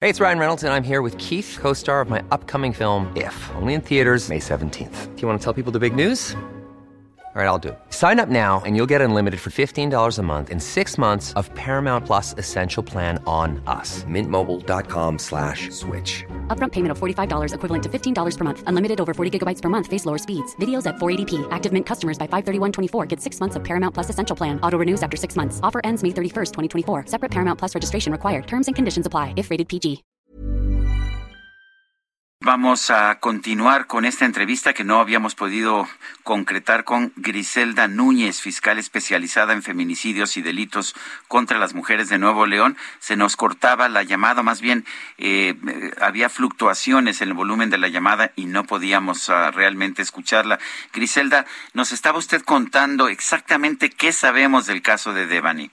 Hey, it's Ryan Reynolds, and I'm here with Keith, co-star of my upcoming film, If, only in theaters May 17th. Do you want to tell people the big news? All right, I'll do it. Sign up now and you'll get unlimited for $15 a month and 6 months of Paramount Plus Essential Plan on us. MintMobile.com/switch. Upfront payment of $45 equivalent to $15 per month. Unlimited over 40 gigabytes per month. Face lower speeds. Videos at 480p. Active Mint customers by 531.24 get 6 months of Paramount Plus Essential Plan. Auto renews after 6 months. Offer ends May 31st, 2024. Separate Paramount Plus registration required. Terms and conditions apply if rated PG. Vamos a continuar con esta entrevista que no habíamos podido concretar con Griselda Núñez, fiscal especializada en feminicidios y delitos contra las mujeres de Nuevo León. Se nos cortaba la llamada, más bien había fluctuaciones en el volumen de la llamada y no podíamos realmente escucharla. Griselda, nos estaba usted contando exactamente qué sabemos del caso de Devani.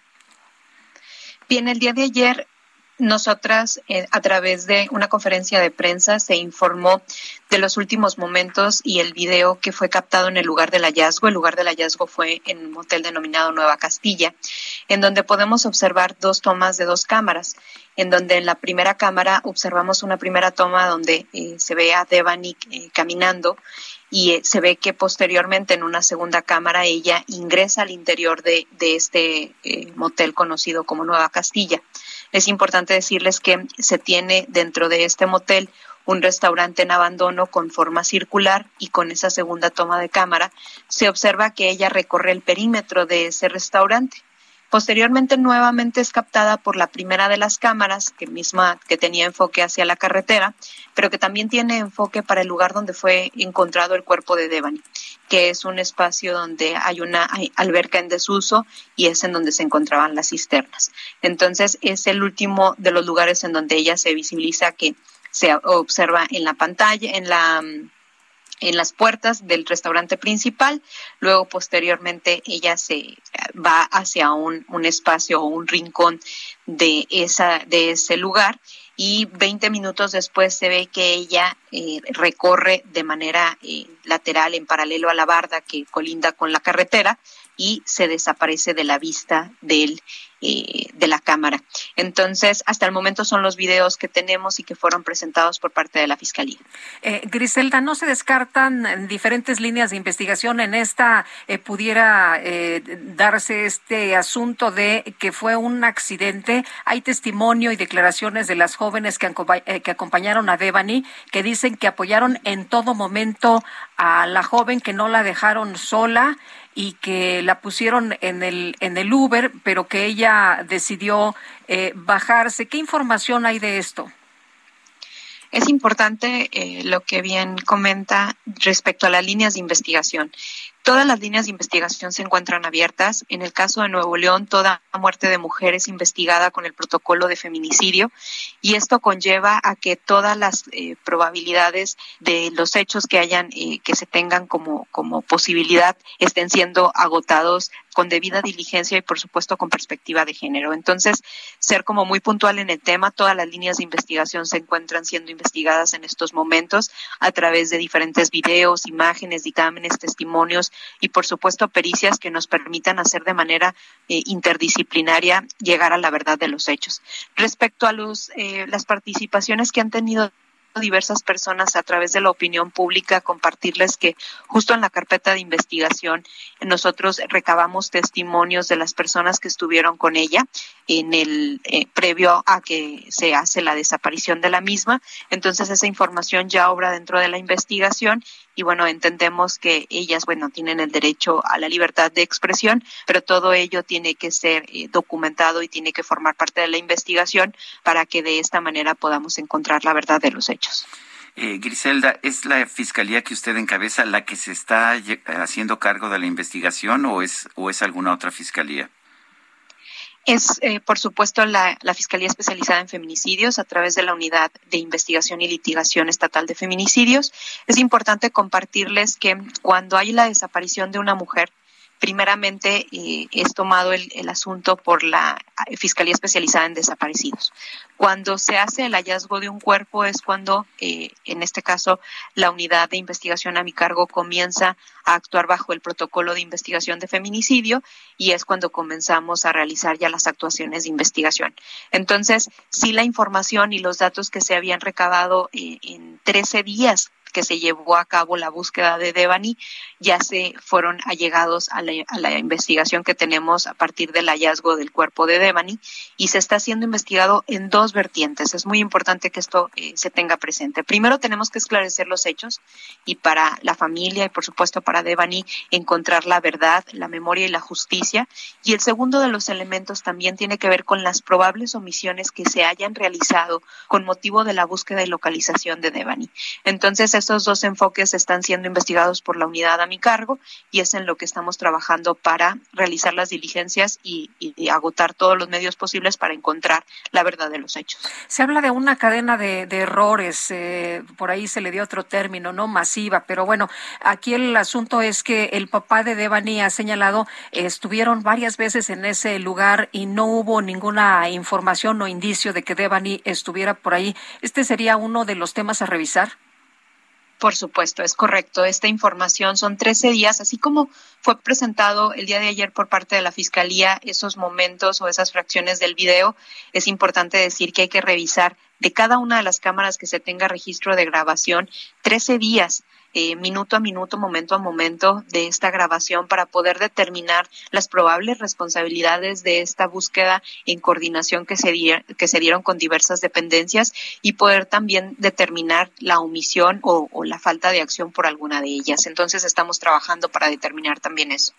Bien, el día de ayer nosotras, a través de una conferencia de prensa, se informó de los últimos momentos y el video que fue captado en el lugar del hallazgo. El lugar del hallazgo fue en un motel denominado Nueva Castilla, en donde podemos observar 2 tomas de 2 cámaras, en donde en la primera cámara observamos una primera toma donde se ve a Devani caminando, y se ve que posteriormente en una segunda cámara ella ingresa al interior de este motel conocido como Nueva Castilla. Es importante decirles que se tiene dentro de este motel un restaurante en abandono con forma circular, y con esa segunda toma de cámara se observa que ella recorre el perímetro de ese restaurante. Posteriormente nuevamente es captada por la primera de las cámaras, que tenía enfoque hacia la carretera, pero que también tiene enfoque para el lugar donde fue encontrado el cuerpo de Devani, que es un espacio donde hay una alberca en desuso y es en donde se encontraban las cisternas. Entonces es el último de los lugares en donde ella se visibiliza, que se observa en la pantalla, en las puertas del restaurante principal. Luego, posteriormente, ella se va hacia un espacio o un rincón de ese lugar, y 20 minutos después se ve que ella recorre de manera lateral, en paralelo a la barda que colinda con la carretera, y se desaparece de la vista de la cámara. Entonces, hasta el momento son los videos que tenemos y que fueron presentados por parte de la Fiscalía. Griselda, ¿no se descartan diferentes líneas de investigación en esta? ¿Pudiera darse este asunto de que fue un accidente? Hay testimonio y declaraciones de las jóvenes que acompañaron a Devani, que dicen que apoyaron en todo momento a la joven, que no la dejaron sola y que la pusieron en el Uber, pero que ella decidió bajarse. ¿Qué información hay de esto? Es importante lo que bien comenta respecto a las líneas de investigación. Todas las líneas de investigación se encuentran abiertas. En el caso de Nuevo León, toda muerte de mujer es investigada con el protocolo de feminicidio, y esto conlleva a que todas las probabilidades de los hechos que se tengan como posibilidad estén siendo agotados con debida diligencia y, por supuesto, con perspectiva de género. Entonces, ser como muy puntual en el tema, todas las líneas de investigación se encuentran siendo investigadas en estos momentos a través de diferentes videos, imágenes, dictámenes, testimonios y, por supuesto, pericias que nos permitan hacer de manera interdisciplinaria llegar a la verdad de los hechos. Respecto a las participaciones que han tenido diversas personas a través de la opinión pública, compartirles que justo en la carpeta de investigación nosotros recabamos testimonios de las personas que estuvieron con ella en el previo a que se hace la desaparición de la misma. Entonces esa información ya obra dentro de la investigación, y bueno, entendemos que ellas tienen el derecho a la libertad de expresión, pero todo ello tiene que ser documentado y tiene que formar parte de la investigación para que de esta manera podamos encontrar la verdad de los hechos. Griselda, ¿es la fiscalía que usted encabeza la que se está haciendo cargo de la investigación o es alguna otra fiscalía? Es, por supuesto, la Fiscalía Especializada en Feminicidios a través de la Unidad de Investigación y Litigación Estatal de Feminicidios. Es importante compartirles que cuando hay la desaparición de una mujer, Primeramente, es tomado el asunto por la Fiscalía Especializada en Desaparecidos. Cuando se hace el hallazgo de un cuerpo es cuando, en este caso, la unidad de investigación a mi cargo comienza a actuar bajo el protocolo de investigación de feminicidio y es cuando comenzamos a realizar ya las actuaciones de investigación. Entonces, sí, la información y los datos que se habían recabado en 13 días que se llevó a cabo la búsqueda de Devani, ya se fueron allegados a la investigación que tenemos a partir del hallazgo del cuerpo de Devani y se está siendo investigado en dos vertientes. Es muy importante que esto se tenga presente. Primero tenemos que esclarecer los hechos y para la familia y por supuesto para Devani encontrar la verdad, la memoria y la justicia. Y el segundo de los elementos también tiene que ver con las probables omisiones que se hayan realizado con motivo de la búsqueda y localización de Devani. Entonces, estos dos enfoques están siendo investigados por la unidad a mi cargo y es en lo que estamos trabajando para realizar las diligencias y agotar todos los medios posibles para encontrar la verdad de los hechos. Se habla de una cadena de errores, por ahí se le dio otro término, no masiva, pero bueno, aquí el asunto es que el papá de Devani ha señalado estuvieron varias veces en ese lugar y no hubo ninguna información o indicio de que Devani estuviera por ahí. ¿Este sería uno de los temas a revisar? Por supuesto, es correcto. Esta información son 13 días, así como fue presentado el día de ayer por parte de la Fiscalía, esos momentos o esas fracciones del video. Es importante decir que hay que revisar de cada una de las cámaras que se tenga registro de grabación 13 días. Minuto a minuto, momento a momento de esta grabación para poder determinar las probables responsabilidades de esta búsqueda en coordinación que se dieron con diversas dependencias y poder también determinar la omisión o la falta de acción por alguna de ellas. Entonces estamos trabajando para determinar también eso.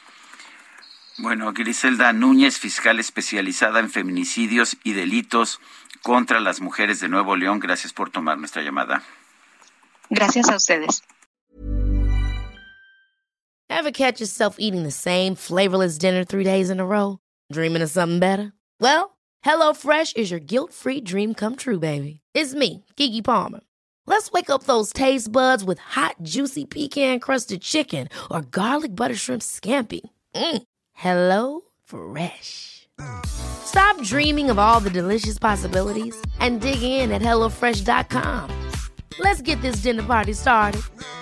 Bueno, Griselda Núñez, fiscal especializada en feminicidios y delitos contra las mujeres de Nuevo León, gracias por tomar nuestra llamada. Gracias a ustedes. Ever catch yourself eating the same flavorless dinner 3 days in a row? Dreaming of something better? Well, HelloFresh is your guilt-free dream come true, baby. It's me, Keke Palmer. Let's wake up those taste buds with hot, juicy pecan-crusted chicken or garlic butter shrimp scampi. Hello Fresh. Stop dreaming of all the delicious possibilities and dig in at HelloFresh.com. Let's get this dinner party started.